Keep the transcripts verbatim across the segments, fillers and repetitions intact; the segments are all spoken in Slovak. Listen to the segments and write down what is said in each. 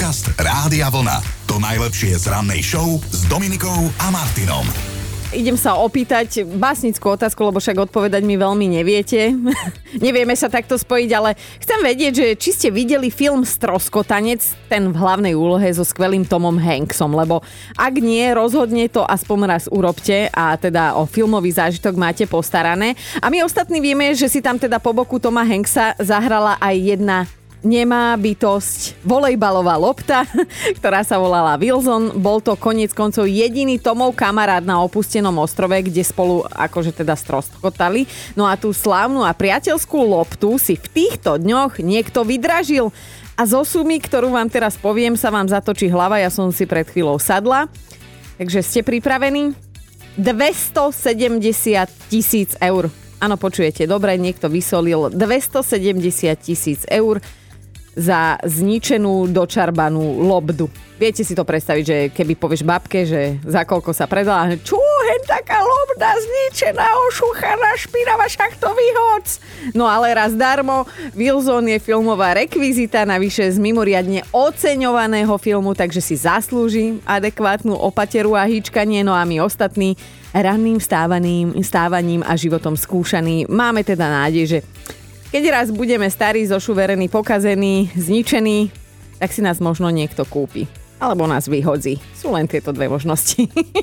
Podcast Rádia Vlna. To najlepšie z rannej show s Dominikou a Martinom. Idem sa opýtať básnickú otázku, lebo však odpovedať mi veľmi neviete. Nevieme sa takto spojiť, ale chcem vedieť, že či ste videli film Stroskotanec, ten v hlavnej úlohe so skvelým Tomom Hanksom, lebo ak nie, rozhodne to aspoň raz urobte a teda o filmový zážitok máte postarané. A my ostatní vieme, že si tam teda po boku Toma Hanksa zahrala aj jedna nemá bytosť, volejbalová lopta, ktorá sa volala Wilson. Bol to koniec koncov jediný Tomov kamarát na opustenom ostrove, kde spolu akože teda stroskotali. No a tú slávnu a priateľskú loptu si v týchto dňoch niekto vydražil. A zo sumy, ktorú vám teraz poviem, sa vám zatočí hlava. Ja som si pred chvíľou sadla. Takže ste pripravení? dvestosedemdesiat tisíc eur. Áno, počujete, dobre, niekto vysolil dvestosedemdesiat tisíc eur za zničenú, dočarbanú lobdu. Viete si to predstaviť, že keby povieš babke, že za koľko sa predala, čo, hen taká lobda zničená, ošúchaná, špinavá, však to vyhoď. No ale raz darmo, Wilson je filmová rekvizita, navyše z mimoriadne oceňovaného filmu, takže si zaslúži adekvátnu opateru a hýčkanie, no a my ostatní ranným stávaním, stávaním a životom skúšaní máme teda nádej, že keď raz budeme starí, zošuverení, pokazení, zničení, tak si nás možno niekto kúpi. Alebo nás vyhodzí. Sú len tieto dve možnosti.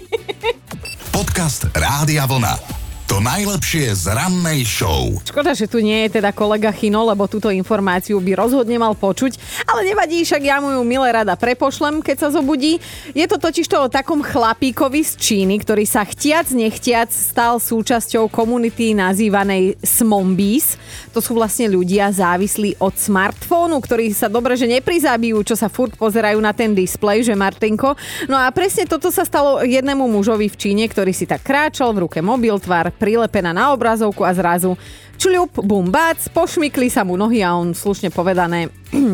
Podcast Rádia Vlna. To najlepšie z rannej show. Škoda, že tu nie je teda kolega Chino, lebo túto informáciu by rozhodne mal počuť, ale nevadí, však ja mu ju milé rada prepošlem, keď sa zobudí. Je to totiž to o takom chlapíkovi z Číny, ktorý sa chtiac nechtiac stal súčasťou komunity nazývanej Smombies. To sú vlastne ľudia závislí od smartfónu, ktorí sa dobre, že neprizabijú, čo sa furt pozerajú na ten displej, že Martinko. No a presne toto sa stalo jednému mužovi v Číne, ktorý si tak kráčal, v ruke mobil, tvár prilepená na obrazovku a zrazu čľup, bum, bác, pošmykli sa mu nohy a on slušne povedané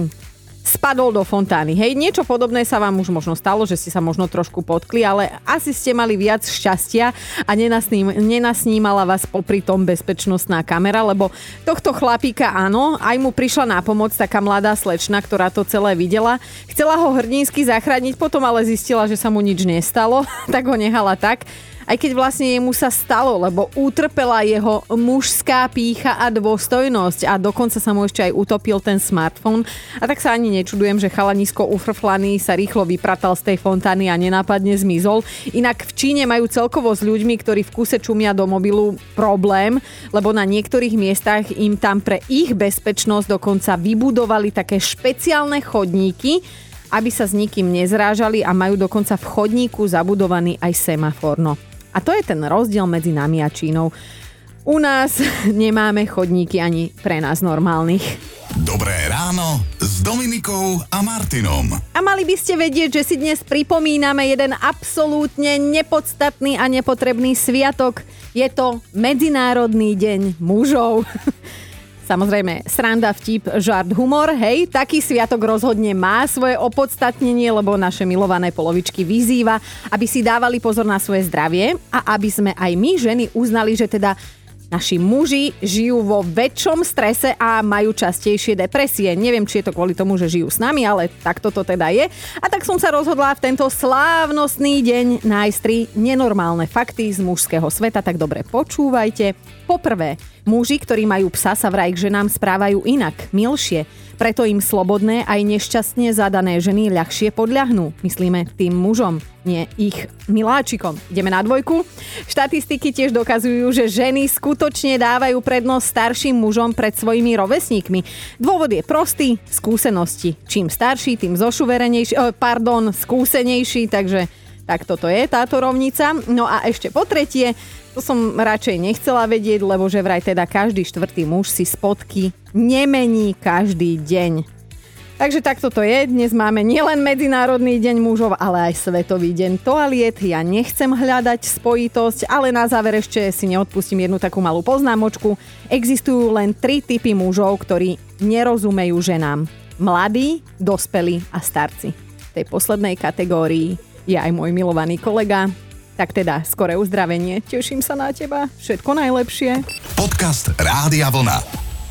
spadol do fontány. Hej, niečo podobné sa vám už možno stalo, že ste sa možno trošku potkli, ale asi ste mali viac šťastia a nenasním, nenasnímala vás popri tom bezpečnostná kamera, lebo tohto chlapíka áno, aj mu prišla na pomoc taká mladá slečna, ktorá to celé videla. Chcela ho hrdinsky zachrániť, potom ale zistila, že sa mu nič nestalo, tak ho nehala tak. Aj keď vlastne jemu sa stalo, lebo utrpela jeho mužská pýcha a dôstojnosť a dokonca sa mu ešte aj utopil ten smartfón. A tak sa ani nečudujem, že chalanisko ufrflaný sa rýchlo vypratal z tej fontány a nenápadne zmizol. Inak v Číne majú celkovo s ľuďmi, ktorí v kuse čumia do mobilu, problém, lebo na niektorých miestach im tam pre ich bezpečnosť dokonca vybudovali také špeciálne chodníky, aby sa s nikým nezrážali a majú dokonca v chodníku zabudovaný aj semafor. No. A to je ten rozdiel medzi nami a Čínou. U nás nemáme chodníky ani pre nás normálnych. Dobré ráno s Dominikou a Martinom. A mali by ste vedieť, že si dnes pripomíname jeden absolútne nepodstatný a nepotrebný sviatok. Je to Medzinárodný deň mužov. Samozrejme, sranda, vtip, žart, humor, hej, taký sviatok rozhodne má svoje opodstatnenie, lebo naše milované polovičky vyzýva, aby si dávali pozor na svoje zdravie a aby sme aj my, ženy, uznali, že teda naši muži žijú vo väčšom strese a majú častejšie depresie. Neviem, či je to kvôli tomu, že žijú s nami, ale tak toto teda je. A tak som sa rozhodla v tento slávnostný deň nájsť tri nenormálne fakty z mužského sveta, tak dobre počúvajte. Poprvé, muži, ktorí majú psa, sa vraj k ženám správajú inak, milšie. Preto im slobodné aj nešťastne zadané ženy ľahšie podľahnú. Myslíme tým mužom, nie ich miláčikom. Ideme na dvojku. Štatistiky tiež dokazujú, že ženy skutočne dávajú prednosť starším mužom pred svojimi rovesníkmi. Dôvod je prostý, skúsenosti. Čím starší, tým zošuverenejší, oh, pardon, skúsenejší, takže tak toto je táto rovnica. No a ešte po tretie, to som radšej nechcela vedieť, lebo že vraj teda každý štvrtý muž si spodky nemení každý deň. Takže takto to je. Dnes máme nielen Medzinárodný deň mužov, ale aj Svetový deň toaliet. Ja nechcem hľadať spojitosť, ale na záver ešte si neodpustím jednu takú malú poznámočku. Existujú len tri typy mužov, ktorí nerozumejú ženám. Mladí, dospelí a starci. V tej poslednej kategórii je aj môj milovaný kolega. Tak teda, skoré uzdravenie. Teším sa na teba. Všetko najlepšie. Podcast Rádia Vlna. To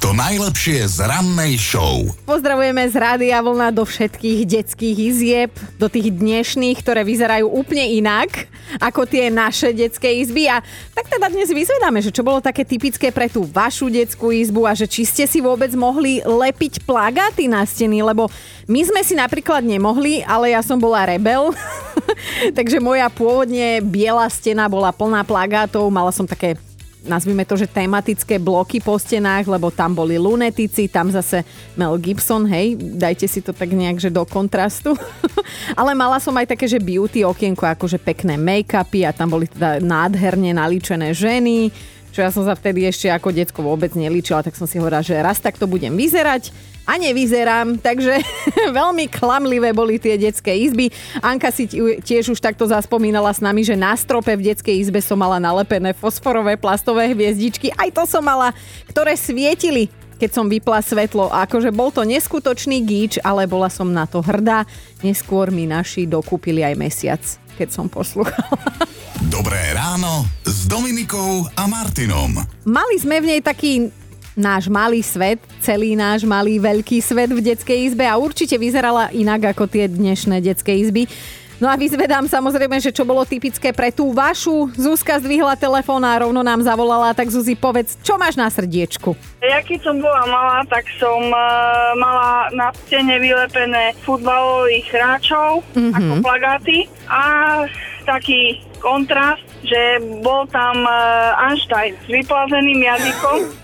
To najlepšie z rannej show. Pozdravujeme z Rádia Vlna do všetkých detských izieb, do tých dnešných, ktoré vyzerajú úplne inak ako tie naše detské izby. A tak teda dnes vyzvedáme, že čo bolo také typické pre tú vašu detskú izbu a že či ste si vôbec mohli lepiť plagáty na steny, lebo my sme si napríklad nemohli, ale ja som bola rebel. Takže moja pôvodne biela stena bola plná plagátov, mala som také, nazvime to, že tematické bloky po stenách, lebo tam boli lunetici, tam zase Mel Gibson, hej, dajte si to tak nejak, že do kontrastu. Ale mala som aj také, že beauty okienko, akože pekné make-upy a tam boli teda nádherne nalíčené ženy, čo ja som sa vtedy ešte ako decko vôbec nelíčila, tak som si hovorila, že raz takto budem vyzerať. A nevyzerám, takže veľmi klamlivé boli tie detské izby. Anka si tiež už takto zaspomínala s nami, že na strope v detskej izbe som mala nalepené fosforové plastové hviezdičky. Aj to som mala, ktoré svietili, keď som vypla svetlo. Akože bol to neskutočný gíč, ale bola som na to hrdá. Neskôr mi naši dokúpili aj mesiac, keď som poslúchala. Dobré ráno s Dominikou a Martinom. Mali sme v nej taký náš malý svet, celý náš malý veľký svet v detskej izbe a určite vyzerala inak ako tie dnešné detské izby. No a vyzvedám samozrejme, že čo bolo typické pre tú vašu. Zuzka zdvihla telefón a rovno nám zavolala, tak Zuzi, povedz, čo máš na srdiečku? Ja keď som bola malá, tak som uh, mala na stene vylepené futbalových hráčov, mm-hmm. ako plagáty a taký kontrast, že bol tam uh, Einstein s vyplazeným jazykom.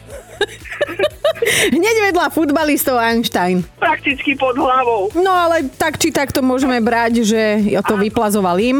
Hneď vedľa futbalistov Einstein. Prakticky pod hlavou. No ale tak či tak to môžeme brať, že ja to vyplazoval im.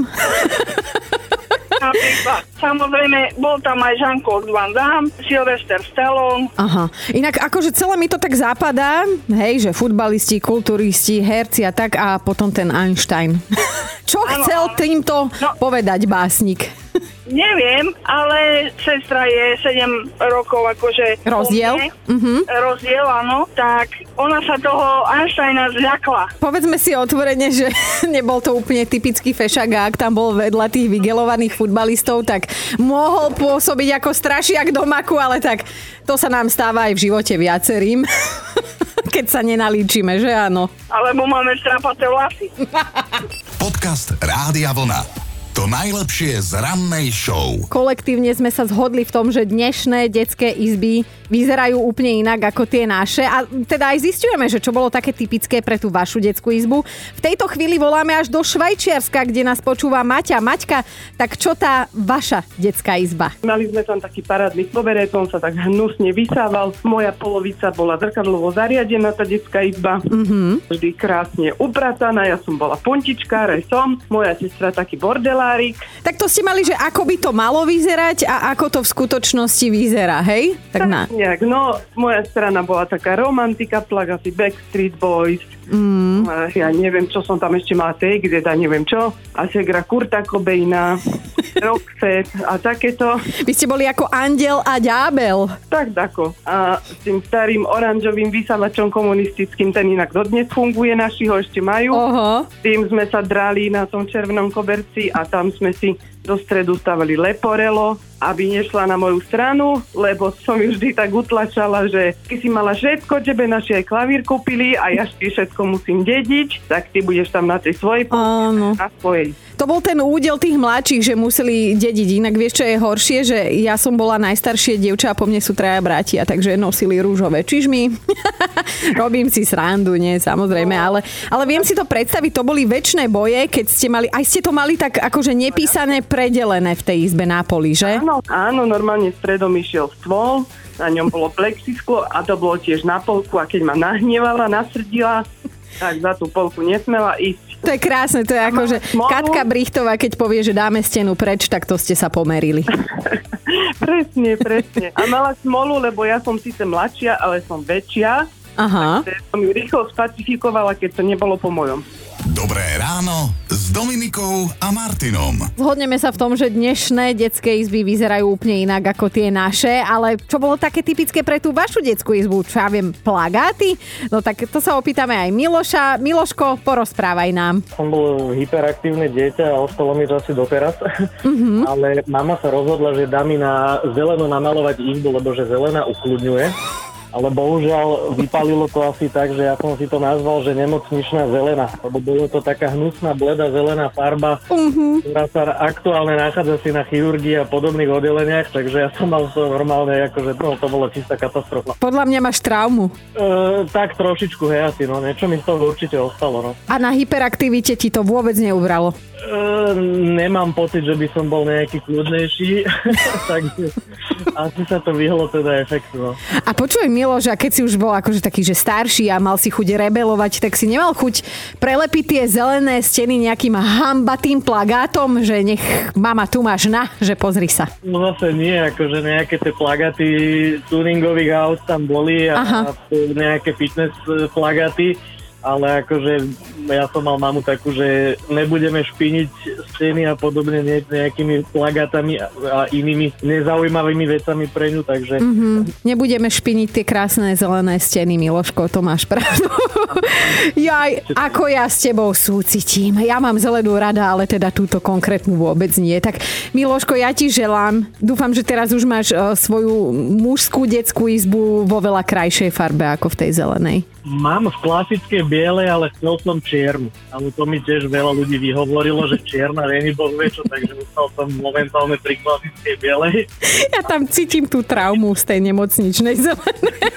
Napríklad. Samozrejme, bol tam aj Jean-Claude Van Damme, Sylvester Stallone. Aha. Inak akože celé mi to tak zapadá, hej, že futbalisti, kulturisti, herci a tak a potom ten Einstein. Čo ano, chcel týmto no, povedať básnik? Neviem, ale sestra je sedem rokov akože... Rozdiel? Uh-huh. Rozdiel, áno. Tak ona sa toho Einsteina zľakla. Povedzme si otvorene, že nebol to úplne typický fešák a ak tam bol vedľa tých vygelovaných futbalistov, tak mohol pôsobiť ako strašiak do maku, ale tak to sa nám stáva aj v živote viacerým. Keď sa nenalíčime, že áno? Alebo máme strapaté vlasy. Podcast Rádia Vlna. To najlepšie z rannej show. Kolektívne sme sa zhodli v tom, že dnešné detské izby vyzerajú úplne inak ako tie naše a teda aj zisťujeme, že čo bolo také typické pre tú vašu detskú izbu. V tejto chvíli voláme až do Švajčiarska, kde nás počúva Maťa. Maťka, tak čo tá vaša detská izba? Mali sme tam taký parádny koberec, on sa tak hnusne vysával. Moja polovica bola zrkadlovo zariadená, tá detská izba. Mm-hmm. Vždy krásne uprataná, ja som bola pontičkár, aj som. Moja sestra taký bordelár. Tak to ste mali, že ako by to malo vyzerať a ako to v skutočnosti vyzerá, hej? Tak, tak na... nejak, no, moja strana bola taká romantika, plagáty Backstreet Boys, mm. ja neviem, čo som tam ešte mala, Take That, neviem čo, a segra Kurta Cobaina, Roxette a takéto. Vy ste boli ako Andiel a Ďábel. Tak, tako. A s tým starým oranžovým vysávačom komunistickým, ten inak dodnes funguje, naši ho ešte majú. Oho. Tým sme sa drali na tom červenom koberci a tam sme si do stredu stavali leporelo, aby nešla na moju stranu, lebo som ju vždy tak utlačala, že ty si mala všetko, tebe naši aj klavír kúpili a ja ti všetko musím dediť, tak ty budeš tam na tej svojej Áno. na svojej. To bol ten údel tých mladších, že museli dediť. Inak vieš, čo je horšie, že ja som bola najstaršie dievča a po mne sú traja bratia, takže nosili rúžové čižmy. Robím si srandu, nie, samozrejme, ale, ale viem si to predstaviť, to boli večné boje, keď ste mali, aj ste to mali tak akože nepísané predelené v tej izbe na poli, že? Áno, áno, normálne stredom išiel stôl, na ňom bolo plexisklo a to bolo tiež na polku a keď ma nahnevala, nasrdila, tak za tú polku nesmela ísť. To je krásne, to je ako, že Katka Brichtová, keď povie, že dáme stenu preč, tak to ste sa pomerili. Presne, presne. A mala smolu, lebo ja som síce mladšia, ale som väčšia. Aha. Takže som ju rýchlo spacifikovala, keď to nebolo po mojom. Dobré ráno s Dominikou a Martinom. Zhodneme sa v tom, že dnešné detské izby vyzerajú úplne inak ako tie naše, ale čo bolo také typické pre tú vašu detskú izbu? Čo ja viem, plagáty? No tak to sa opýtame aj Miloša. Miloško, porozprávaj nám. Som bol hyperaktívne dieťa a ostalo mi to asi doteraz. Mm-hmm. Ale mama sa rozhodla, že dá mi na zeleno namalovať izbu, lebo že zelená ukľudňuje. ale bohužiaľ vypalilo to asi tak, že ja som si to nazval, že nemocničná zelená, lebo bolo to taká hnusná, bleda zelená farba, uh-huh. ktorá sa aktuálne nachádza si na chirurgii a podobných oddeleniach, takže ja som mal to normálne, akože no, to bolo čistá katastrofa. Podľa mňa máš traumu. E, tak trošičku, hej, asi, no, niečo mi z toho určite ostalo, no. A na hyperaktivite ti to vôbec neubralo? Uh, nemám pocit, že by som bol nejaký kľudnejší, takže asi sa to vyhlo teda efektu. No. A počuj, Miloš, a keď si už bol akože taký, že starší a mal si chuť rebelovať, tak si nemal chuť prelepiť tie zelené steny nejakým hambatým plagátom, že nech mama, tu máš na, že pozri sa. No zase nie, akože nejaké tie plagáty tuningových aut tam boli a, a nejaké fitness plagáty. Ale akože ja som mal mamu takú, že nebudeme špiniť steny a podobne nejakými plagátami a inými nezaujímavými vecami pre ňu, takže... Mm-hmm. Nebudeme špiniť tie krásne zelené steny, Miloško, to máš pravdu. Jaj, ako ja s tebou súcitím. Ja mám zelenú rada, ale teda túto konkrétnu vôbec nie. Tak Miloško, ja ti želám. Dúfam, že teraz už máš uh, svoju mužskú detskú izbu vo veľa krajšej farbe ako v tej zelenej. Mám v klasickej bielej, ale chcel som čiernu. Ale to mi tiež veľa ľudí vyhovorilo, že čierna není boh vie čo, takže musel som momentálne pri klasickej bielej. Ja tam cítim tú traumu z tej nemocničnej zelenej.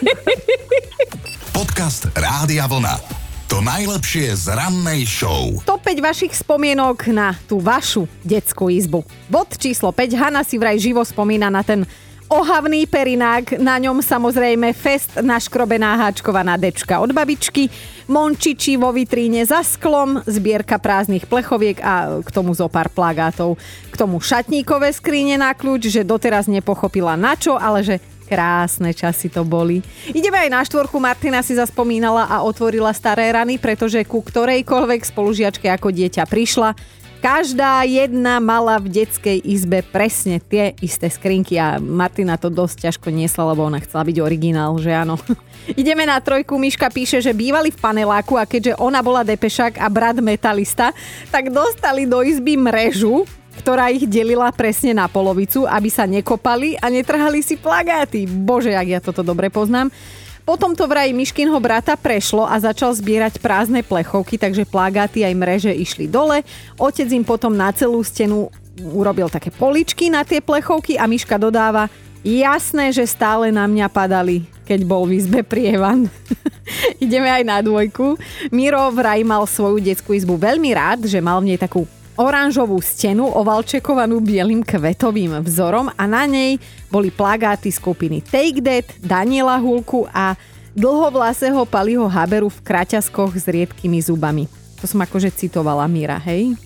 Podcast Rádia Vlna. To najlepšie z rannej show. top päť vašich spomienok na tú vašu detskú izbu. Bod číslo päť. Hana si vraj živo spomína na ten ohavný perinák, na ňom samozrejme fest naškrobená háčkovaná dečka od babičky, mončiči vo vitríne za sklom, zbierka prázdnych plechoviek a k tomu zo pár plagátov. K tomu šatníkové skríne na kľúč, že doteraz nepochopila na čo, ale že krásne časy to boli. Ideme aj na štvorku. Martina si zaspomínala a otvorila staré rany, pretože ku ktorejkoľvek spolužiačke ako dieťa prišla, každá jedna mala v detskej izbe presne tie isté skrinky a Martina to dosť ťažko niesla, lebo ona chcela byť originál, že áno. Ideme na trojku. Miška píše, že bývali v paneláku a keďže ona bola depešák a brat metalista, tak dostali do izby mrežu, ktorá ich delila presne na polovicu, aby sa nekopali a netrhali si plagáty. Bože, jak ja toto dobre poznám. Potom to vraj Miškinho brata prešlo a začal zbierať prázdne plechovky, takže plagáty aj mreže išli dole. Otec im potom na celú stenu urobil také poličky na tie plechovky a Miška dodáva, jasné, že stále na mňa padali, keď bol v izbe prievan. Ideme aj na dvojku. Miro vraj mal svoju detskú izbu veľmi rád, že mal v nej takú oranžovú stenu ovalčekovanú bielým kvetovým vzorom a na nej boli plagáty skupiny Take That, Daniela Hulku a dlhovlasého Paliho Haberu v kraťaskoch s riedkými zubami. To som akože citovala Mira, hej?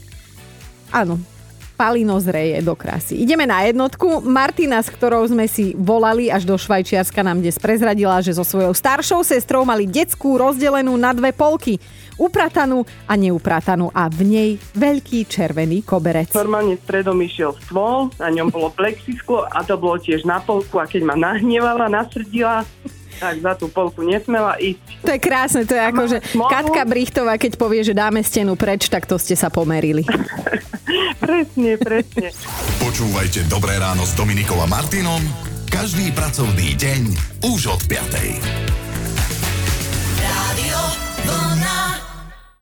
Áno, Palino zreje do krásy. Ideme na jednotku. Martina, s ktorou sme si volali až do Švajčiarska, nám dnes prezradila, že so svojou staršou sestrou mali detskú rozdelenú na dve polky. Upratanú a neupratanú a v nej veľký červený koberec. Normálne stredom išiel stôl, na ňom bolo plexisklo a to bolo tiež na polku a keď ma nahnevala, nasrdila, tak za tú polku nesmela ísť. To je krásne, to je ako, že Katka Brichtová, keď povie, že dáme stenu preč, tak to ste sa pomerili. Presne, presne. Počúvajte Dobré ráno s Dominikou a Martinom každý pracovný deň už od piatej.